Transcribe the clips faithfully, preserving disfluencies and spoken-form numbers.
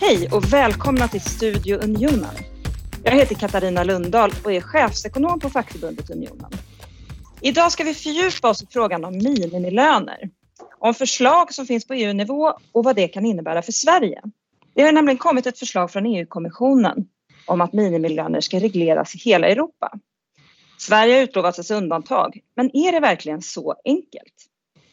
Hej och välkomna till Studio Unionen. Jag heter Katarina Lundahl och är chefsekonom på fackförbundet Unionen. Idag ska vi fördjupa oss i frågan om minimilöner. Om förslag som finns på E U-nivå och vad det kan innebära för Sverige. Det har nämligen kommit ett förslag från E U-kommissionen om att minimilöner ska regleras i hela Europa. Sverige har utlovats ett undantag, men är det verkligen så enkelt?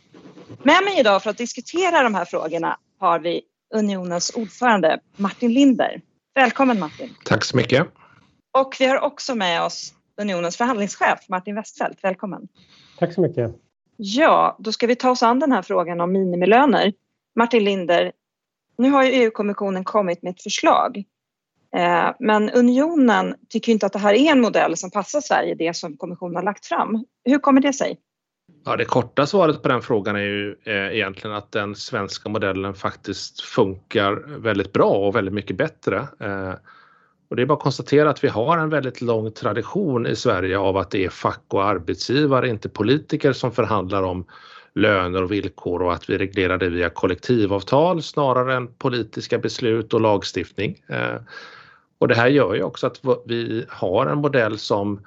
Med mig idag för att diskutera de här frågorna har vi Unionens ordförande Martin Linder. Välkommen Martin. Tack så mycket. Och vi har också med oss Unionens förhandlingschef Martin Westfeldt. Välkommen. Tack så mycket. Ja, då ska vi ta oss an den här frågan om minimilöner. Martin Linder, nu har ju E U-kommissionen kommit med ett förslag. Eh, men Unionen tycker inte att det här är en modell som passar Sverige, det som kommissionen har lagt fram. Hur kommer det sig? Ja, det korta svaret på den frågan är ju eh, egentligen att den svenska modellen faktiskt funkar väldigt bra och väldigt mycket bättre. Eh, och det är bara att konstatera att vi har en väldigt lång tradition i Sverige av att det är fack och arbetsgivare, inte politiker, som förhandlar om löner och villkor och att vi reglerar det via kollektivavtal snarare än politiska beslut och lagstiftning. Eh, och det här gör ju också att vi har en modell som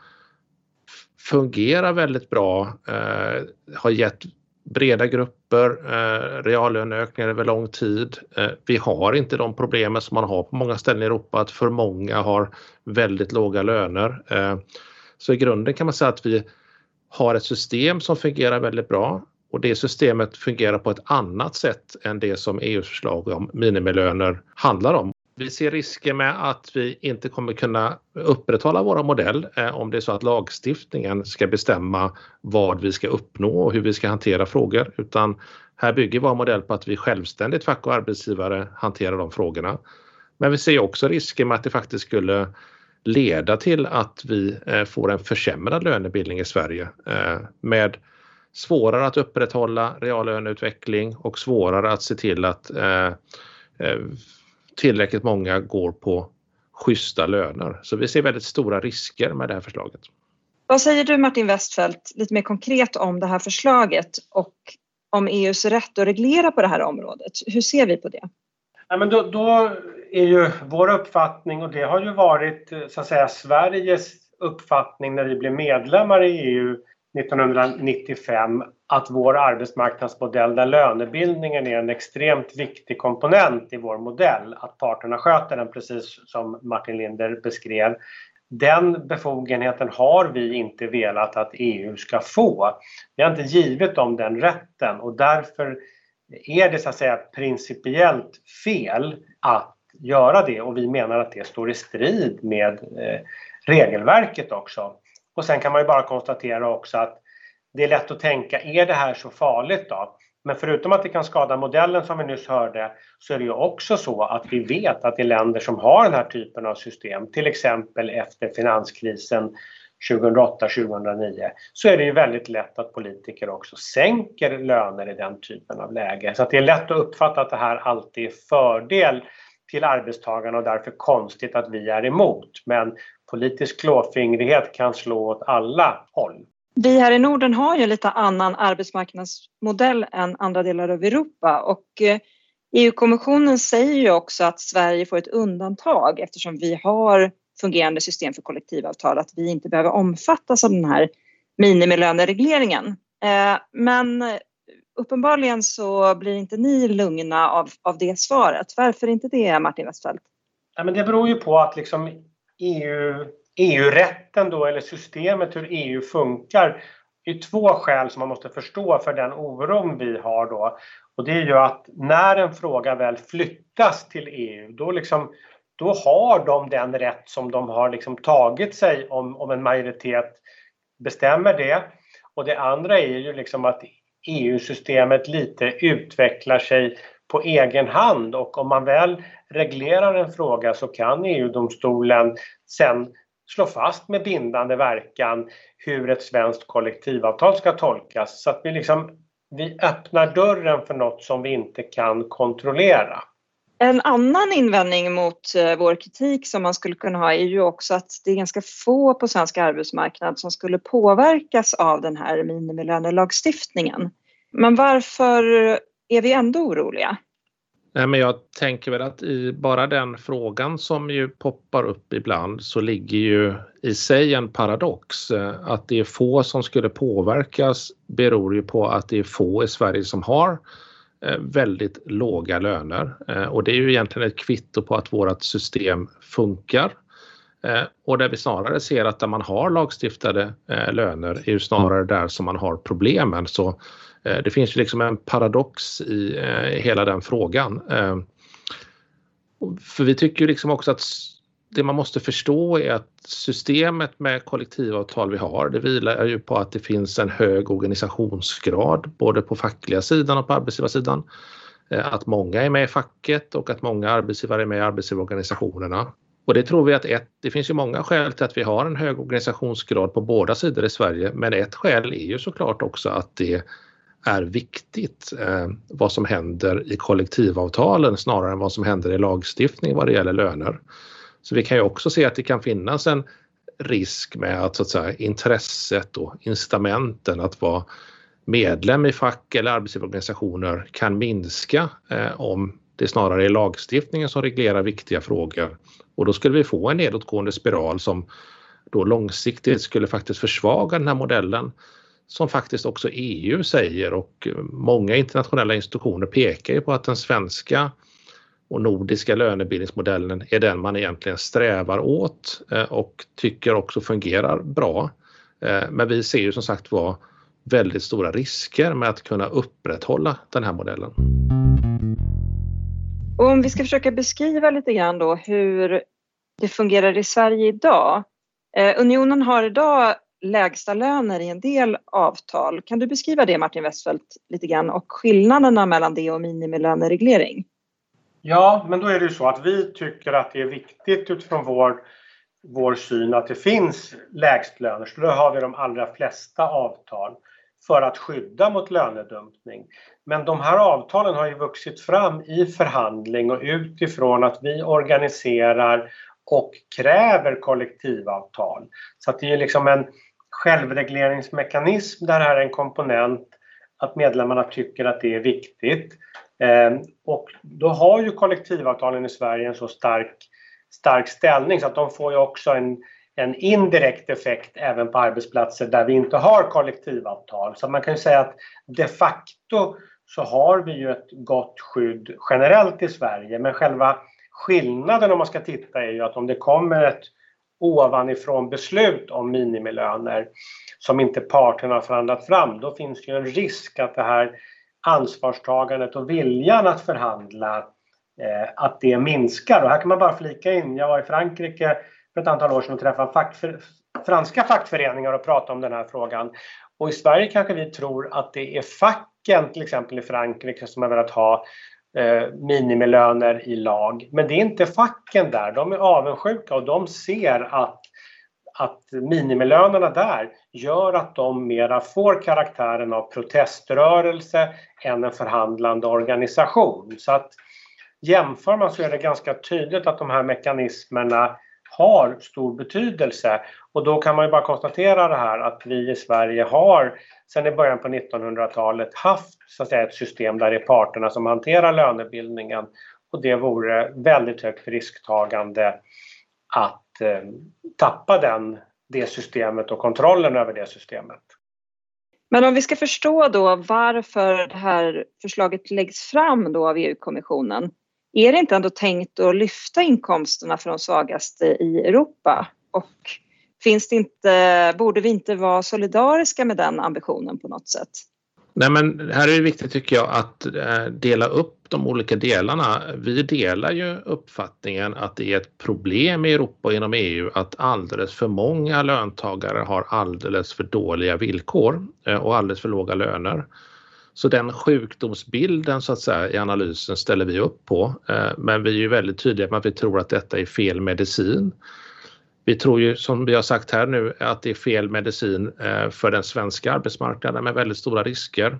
fungerar väldigt bra, eh, har gett breda grupper eh, reallöneökningar över lång tid. Eh, vi har inte de problemen som man har på många ställen i Europa, att för många har väldigt låga löner. Eh, så i grunden kan man säga att vi har ett system som fungerar väldigt bra, och det systemet fungerar på ett annat sätt än det som E U:s förslag om minimilöner handlar om. Vi ser risker med att vi inte kommer kunna upprätthålla våra modell eh, om det är så att lagstiftningen ska bestämma vad vi ska uppnå och hur vi ska hantera frågor. Utan här bygger vår modell på att vi självständigt, fack och arbetsgivare, hanterar de frågorna. Men vi ser också risker med att det faktiskt skulle leda till att vi eh, får en försämrad lönebildning i Sverige. Eh, med svårare att upprätthålla reallöneutveckling och svårare att se till att eh, eh, tillräckligt många går på schyssta löner. Så vi ser väldigt stora risker med det här förslaget. Vad säger du Martin Westfeldt lite mer konkret om det här förslaget och om E U:s rätt att reglera på det här området? Hur ser vi på det? Ja, men då, då är ju vår uppfattning, och det har ju varit så att säga Sveriges uppfattning när vi blev medlemmar i E U nittonhundranittiofem, att vår arbetsmarknadsmodell där lönebildningen är en extremt viktig komponent i vår modell, att parterna sköter den precis som Martin Linder beskrev. Den befogenheten har vi inte velat att E U ska få. Vi har inte givit dem den rätten, och därför är det så att säga principiellt fel att göra det, och vi menar att det står i strid med eh, regelverket också. Och sen kan man ju bara konstatera också att det är lätt att tänka, är det här så farligt då? Men förutom att det kan skada modellen som vi nyss hörde, så är det ju också så att vi vet att i länder som har den här typen av system, till exempel efter finanskrisen tjugohundraåtta tjugohundranio, så är det ju väldigt lätt att politiker också sänker löner i den typen av läge. Så att det är lätt att uppfatta att det här alltid är fördel till arbetstagarna och därför konstigt att vi är emot. Men politisk klåfingrighet kan slå åt alla håll. Vi här i Norden har ju lite annan arbetsmarknadsmodell än andra delar av Europa, och E U-kommissionen säger ju också att Sverige får ett undantag eftersom vi har fungerande system för kollektivavtal, att vi inte behöver omfattas av den här minimilöneregleringen. Men uppenbarligen så blir inte ni lugna av, av det svaret. Varför inte det, Martin Westfeldt? Ja, men det beror ju på att liksom E U, E U-rätten då, eller systemet hur E U funkar, är två skäl som man måste förstå för den oron vi har då. Och det är ju att när en fråga väl flyttas till E U, då, liksom, då har de den rätt som de har liksom tagit sig om, om en majoritet bestämmer det. Och det andra är ju liksom att E U-systemet lite utvecklar sig på egen hand, och om man väl reglerar en fråga så kan E U-domstolen sen slå fast med bindande verkan hur ett svenskt kollektivavtal ska tolkas. Så att vi, liksom, vi öppnar dörren för något som vi inte kan kontrollera. En annan invändning mot vår kritik som man skulle kunna ha är ju också att det är ganska få på svensk arbetsmarknad som skulle påverkas av den här minimilönelagstiftningen. Men varför är vi ändå oroliga? Nej, men jag tänker väl att i bara den frågan som ju poppar upp ibland så ligger ju i sig en paradox. Att det är få som skulle påverkas beror ju på att det är få i Sverige som har väldigt låga löner. Och det är ju egentligen ett kvitto på att vårt system funkar. Och där vi snarare ser att där man har lagstiftade löner är ju snarare där som man har problemen. Så det finns ju liksom en paradox i hela den frågan. För vi tycker ju liksom också att det man måste förstå är att systemet med kollektivavtal vi har, det vilar ju på att det finns en hög organisationsgrad både på fackliga sidan och på arbetsgivarsidan. Att många är med i facket och att många arbetsgivare är med i arbetsgivarorganisationerna. Och det tror vi att ett, det finns ju många skäl till att vi har en hög organisationsgrad på båda sidor i Sverige. Men ett skäl är ju såklart också att det är viktigt eh, vad som händer i kollektivavtalen snarare än vad som händer i lagstiftning vad det gäller löner. Så vi kan ju också se att det kan finnas en risk med att, så att säga, intresset och incitamenten att vara medlem i fack eller arbetsgivarorganisationer kan minska eh, om det snarare är lagstiftningen som reglerar viktiga frågor. Och då skulle vi få en nedåtgående spiral som då långsiktigt skulle faktiskt försvaga den här modellen som faktiskt också E U säger, och många internationella institutioner pekar ju på att den svenska och nordiska lönebildningsmodellen är den man egentligen strävar åt och tycker också fungerar bra. Men vi ser ju som sagt var väldigt stora risker med att kunna upprätthålla den här modellen. Och om vi ska försöka beskriva lite grann då hur det fungerar i Sverige idag. Eh, Unionen har idag lägsta löner i en del avtal. Kan du beskriva det, Martin Westfeldt, lite grann och skillnaderna mellan det och minimilönereglering? Ja, men då är det ju så att vi tycker att det är viktigt utifrån vår, vår syn att det finns lägstlöner. Så då har vi de allra flesta avtal för att skydda mot lönedumpning. Men de här avtalen har ju vuxit fram i förhandling och utifrån att vi organiserar och kräver kollektivavtal. Så att det är liksom en självregleringsmekanism där det här är en komponent att medlemmarna tycker att det är viktigt. Eh, och då har ju kollektivavtalen i Sverige en så stark, stark ställning så att de får ju också en, en indirekt effekt även på arbetsplatser där vi inte har kollektivavtal. Så man kan ju säga att de facto så har vi ju ett gott skydd generellt i Sverige, men själva skillnaden om man ska titta är ju att om det kommer ett ovanifrån beslut om minimilöner som inte parterna har förhandlat fram, då finns det ju en risk att det här ansvarstagandet och viljan att förhandla, eh, att det minskar. Och här kan man bara flika in, jag var i Frankrike för ett antal år sedan och träffade fackför- franska fackföreningar och pratade om den här frågan. Och i Sverige kanske vi tror att det är facken till exempel i Frankrike som har velat ha eh, minimilöner i lag. Men det är inte facken där, de är avundsjuka och de ser att att minimilönerna där gör att de mera får karaktären av proteströrelse än en förhandlande organisation. Så att jämför man så är det ganska tydligt att de här mekanismerna har stor betydelse. Och då kan man ju bara konstatera det här att vi i Sverige har sedan i början på nittonhundratalet haft så att säga, ett system där det är parterna som hanterar lönebildningen. Och det vore väldigt högt risktagande att eh, tappa den, det systemet och kontrollen över det systemet. Men om vi ska förstå då varför det här förslaget läggs fram då av E U-kommissionen, är det inte ändå tänkt att lyfta inkomsterna för de svagaste i Europa? Och finns det inte, borde vi inte vara solidariska med den ambitionen på något sätt? Nej, men här är det viktigt tycker jag att dela upp de olika delarna. Vi delar ju uppfattningen att det är ett problem i Europa och inom E U att alldeles för många löntagare har alldeles för dåliga villkor och alldeles för låga löner. Så den sjukdomsbilden så att säga i analysen ställer vi upp på. Men vi är ju väldigt tydliga med att vi tror att detta är fel medicin. Vi tror ju som vi har sagt här nu att det är fel medicin för den svenska arbetsmarknaden med väldigt stora risker.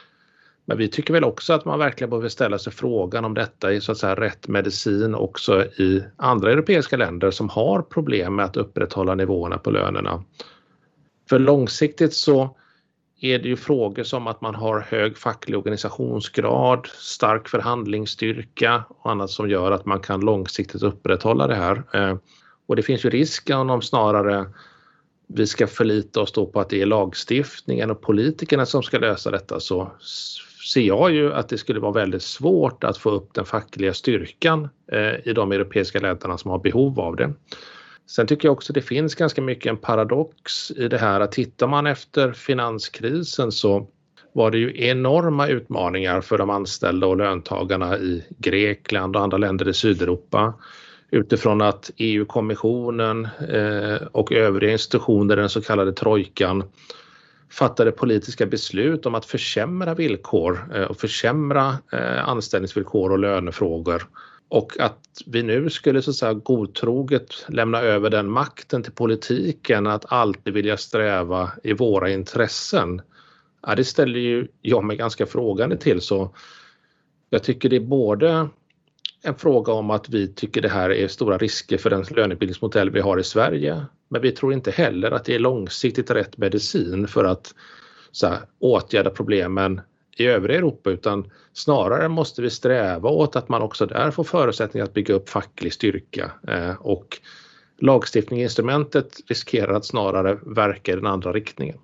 Men vi tycker väl också att man verkligen behöver ställa sig frågan om detta är så att säga rätt medicin också i andra europeiska länder som har problem med att upprätthålla nivåerna på lönerna. För långsiktigt så är det ju frågor som att man har hög facklig organisationsgrad, stark förhandlingsstyrka och annat som gör att man kan långsiktigt upprätthålla det här. Och det finns ju risken om snarare vi ska förlita oss då på att det är lagstiftningen och politikerna som ska lösa detta, så ser jag ju att det skulle vara väldigt svårt att få upp den fackliga styrkan i de europeiska länderna som har behov av det. Sen tycker jag också det finns ganska mycket en paradox i det här att tittar man efter finanskrisen så var det ju enorma utmaningar för de anställda och löntagarna i Grekland och andra länder i Sydeuropa utifrån att E U-kommissionen och övriga institutioner, den så kallade trojkan, fattade politiska beslut om att försämra villkor och försämra anställningsvillkor och lönefrågor. Och att vi nu skulle så att säga godtroget lämna över den makten till politiken att alltid vilja sträva i våra intressen. Ja, det ställer ju jag mig ganska frågande till, så jag tycker det är både en fråga om att vi tycker det här är stora risker för den lönebildningsmodell vi har i Sverige, men vi tror inte heller att det är långsiktigt rätt medicin för att så här, åtgärda problemen i övriga Europa, utan snarare måste vi sträva åt att man också där får förutsättningar att bygga upp facklig styrka eh, och lagstiftningsinstrumentet riskerar att snarare verka i den andra riktningen.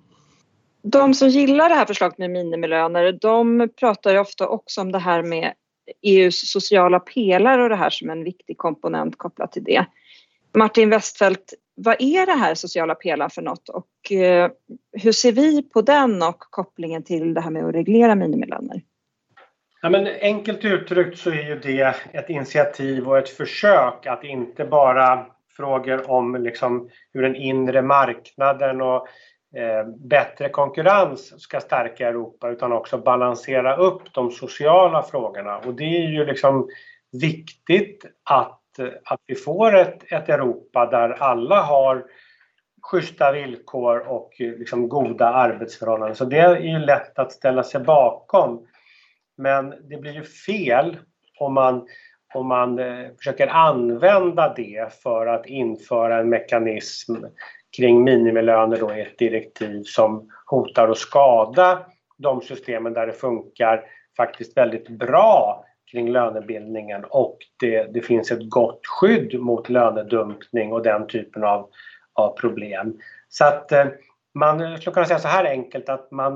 De som gillar det här förslaget med minimilöner, de pratar ju ofta också om det här med E U:s sociala pelare och det här som en viktig komponent kopplat till det. Martin Westfeldt, vad är det här sociala pelaren för något och eh, hur ser vi på den och kopplingen till det här med att reglera minimilöner? Ja, men enkelt uttryckt så är ju det ett initiativ och ett försök att inte bara frågor om liksom hur den inre marknaden och eh, bättre konkurrens ska stärka Europa, utan också balansera upp de sociala frågorna. Och det är ju liksom viktigt att att vi får ett, ett Europa där alla har schyssta villkor och liksom goda arbetsförhållanden. Så det är ju lätt att ställa sig bakom. Men det blir ju fel om man, om man försöker använda det för att införa en mekanism kring minimilöner då i ett direktiv som hotar att skada de systemen där det funkar faktiskt väldigt bra kring lönebildningen och det, det finns ett gott skydd mot lönedumpning och den typen av, av problem. Så att eh, man skulle kunna säga så här enkelt att man,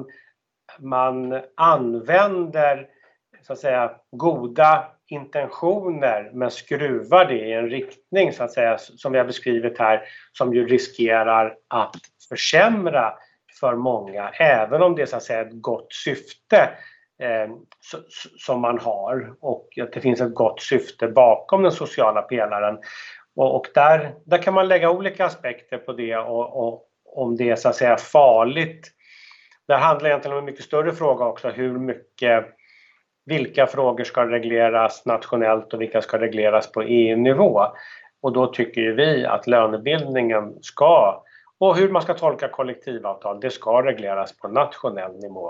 man använder så att säga goda intentioner men skruvar det i en riktning så att säga som vi har beskrivit här som ju riskerar att försämra för många även om det är så att säga ett gott syfte Eh, som man har och att det finns ett gott syfte bakom den sociala pelaren och, och där, där kan man lägga olika aspekter på det och, och om det är så att säga farligt. Det handlar egentligen om en mycket större fråga också, hur mycket, vilka frågor ska regleras nationellt och vilka ska regleras på E U-nivå och då tycker ju vi att lönebildningen ska och hur man ska tolka kollektivavtal, det ska regleras på nationell nivå.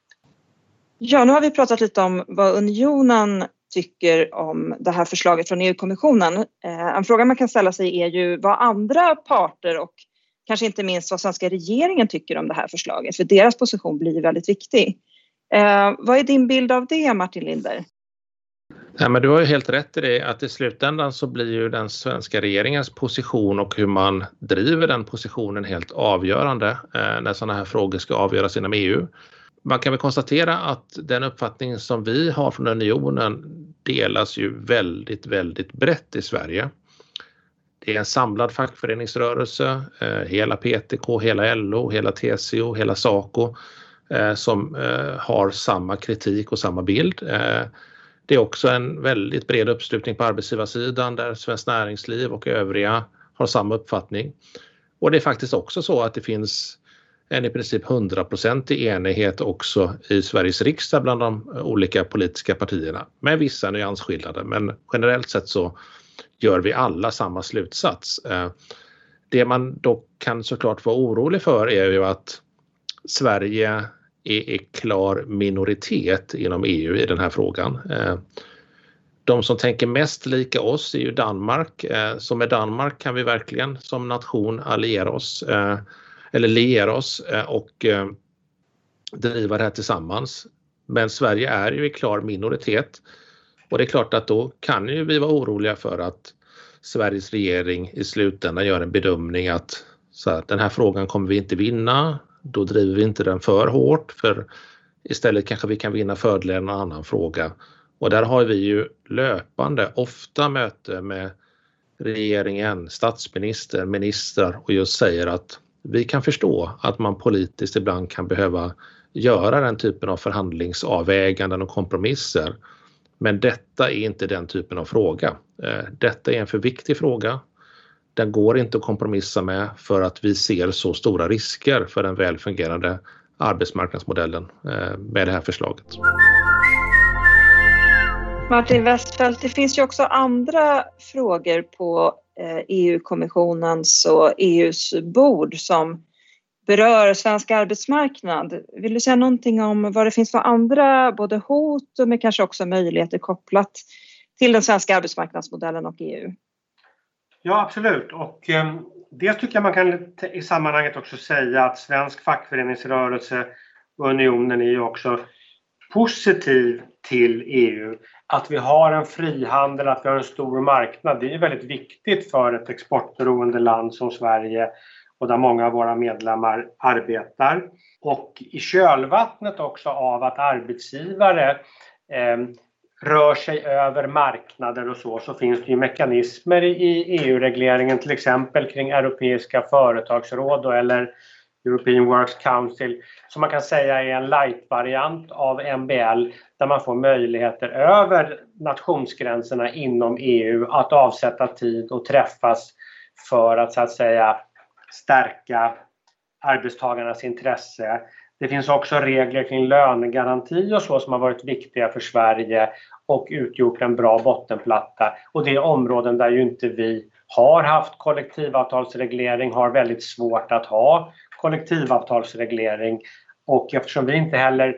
Ja, nu har vi pratat lite om vad unionen tycker om det här förslaget från E U-kommissionen. En fråga man kan ställa sig är ju vad andra parter och kanske inte minst vad svenska regeringen tycker om det här förslaget. För deras position blir väldigt viktig. Eh, vad är din bild av det, Martin Linder? Ja, men du har ju helt rätt i det att i slutändan så blir ju den svenska regeringens position och hur man driver den positionen helt avgörande eh, när sådana här frågor ska avgöras inom E U. Man kan väl konstatera att den uppfattning som vi har från unionen delas ju väldigt, väldigt brett i Sverige. Det är en samlad fackföreningsrörelse, eh, hela P T K, hela L O, hela T C O, hela SACO eh, som eh, har samma kritik och samma bild. Eh, det är också en väldigt bred uppslutning på arbetsgivarsidan där Svenskt Näringsliv och övriga har samma uppfattning. Och det är faktiskt också så att det finns en i princip hundraprocentig enighet också i Sveriges riksdag bland de olika politiska partierna med vissa nyansskillnader, men generellt sett så gör vi alla samma slutsats. Det man dock kan såklart vara orolig för är ju att Sverige är, är klar minoritet inom E U i den här frågan. De som tänker mest lika oss är ju Danmark, så med Danmark kan vi verkligen som nation alliera oss eller liera oss och driva det här tillsammans. Men Sverige är ju i klar minoritet och det är klart att då kan ju vi vara oroliga för att Sveriges regering i slutändan gör en bedömning att så här, den här frågan kommer vi inte vinna, då driver vi inte den för hårt, för istället kanske vi kan vinna fördelar i en annan fråga. Och där har vi ju löpande ofta möte med regeringen, statsminister, ministrar och just säger att vi kan förstå att man politiskt ibland kan behöva göra den typen av förhandlingsavväganden och kompromisser. Men detta är inte den typen av fråga. Detta är en för viktig fråga. Den går inte att kompromissa med för att vi ser så stora risker för den välfungerande arbetsmarknadsmodellen med det här förslaget. Martin Westfeldt, det finns ju också andra frågor på E U-kommissionens och E U:s bord som berör svensk arbetsmarknad. Vill du säga någonting om vad det finns för andra både hot och men kanske också möjligheter kopplat till den svenska arbetsmarknadsmodellen och E U? Ja, absolut. Och eh, dels tycker jag man kan i sammanhanget också säga att svensk fackföreningsrörelse och unionen är ju också positiv till E U. Att vi har en frihandel, att vi har en stor marknad, det är väldigt viktigt för ett exportberoende land som Sverige och där många av våra medlemmar arbetar. Och i kölvattnet också av att arbetsgivare eh, rör sig över marknader och så, så finns det ju mekanismer i E U-regleringen, till exempel kring europeiska företagsråd eller European Works Council, som man kan säga är en light-variant av M B L där man får möjligheter över nationsgränserna inom E U att avsätta tid och träffas för att så att säga stärka arbetstagarnas intresse. Det finns också regler kring lönegaranti och så som har varit viktiga för Sverige och utgjort en bra bottenplatta. Och det är områden där ju inte vi har haft kollektivavtalsreglering, har väldigt svårt att ha kollektivavtalsreglering. Och eftersom vi inte heller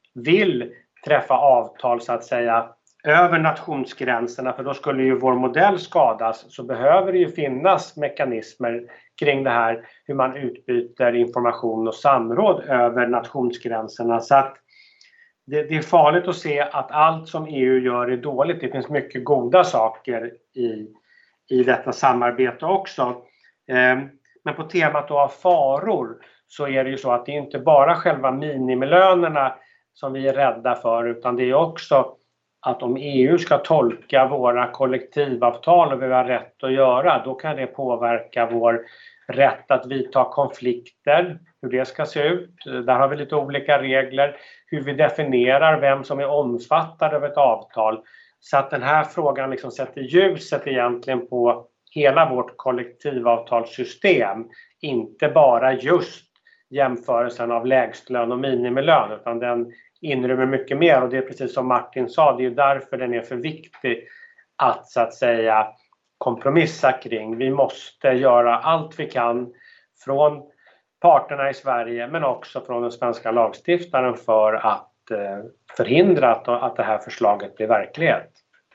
vill träffa avtal så att säga över nationsgränserna, för då skulle ju vår modell skadas, så behöver det ju finnas mekanismer kring det här hur man utbyter information och samråd över nationsgränserna. Så att det, det är farligt att se att allt som E U gör är dåligt. Det finns mycket goda saker i, i detta samarbete också. Eh, men på temat då av faror så är det ju så att det är inte bara själva minimilönerna som vi är rädda för, utan det är också att om E U ska tolka våra kollektivavtal och vad vi har rätt att göra, då kan det påverka vår rätt att vidta konflikter, hur det ska se ut. Där har vi lite olika regler, hur vi definierar vem som är omfattad av ett avtal. Så att den här frågan liksom sätter ljuset egentligen på hela vårt kollektivavtalssystem, inte bara just jämförelsen av lägstlön och minimilön, utan den inrymmer mycket mer, och det är precis som Martin sa, det är därför den är för viktig att så att säga kompromissa kring. Vi måste göra allt vi kan från parterna i Sverige men också från den svenska lagstiftaren för att eh, förhindra att, att det här förslaget blir verklighet.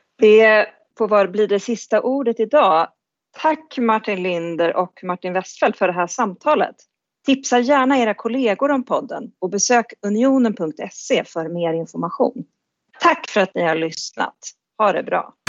Det får vara, bli det sista ordet idag. Tack Martin Linder och Martin Westfeldt för det här samtalet. Tipsa gärna era kollegor om podden och besök unionen punkt se för mer information. Tack för att ni har lyssnat. Ha det bra!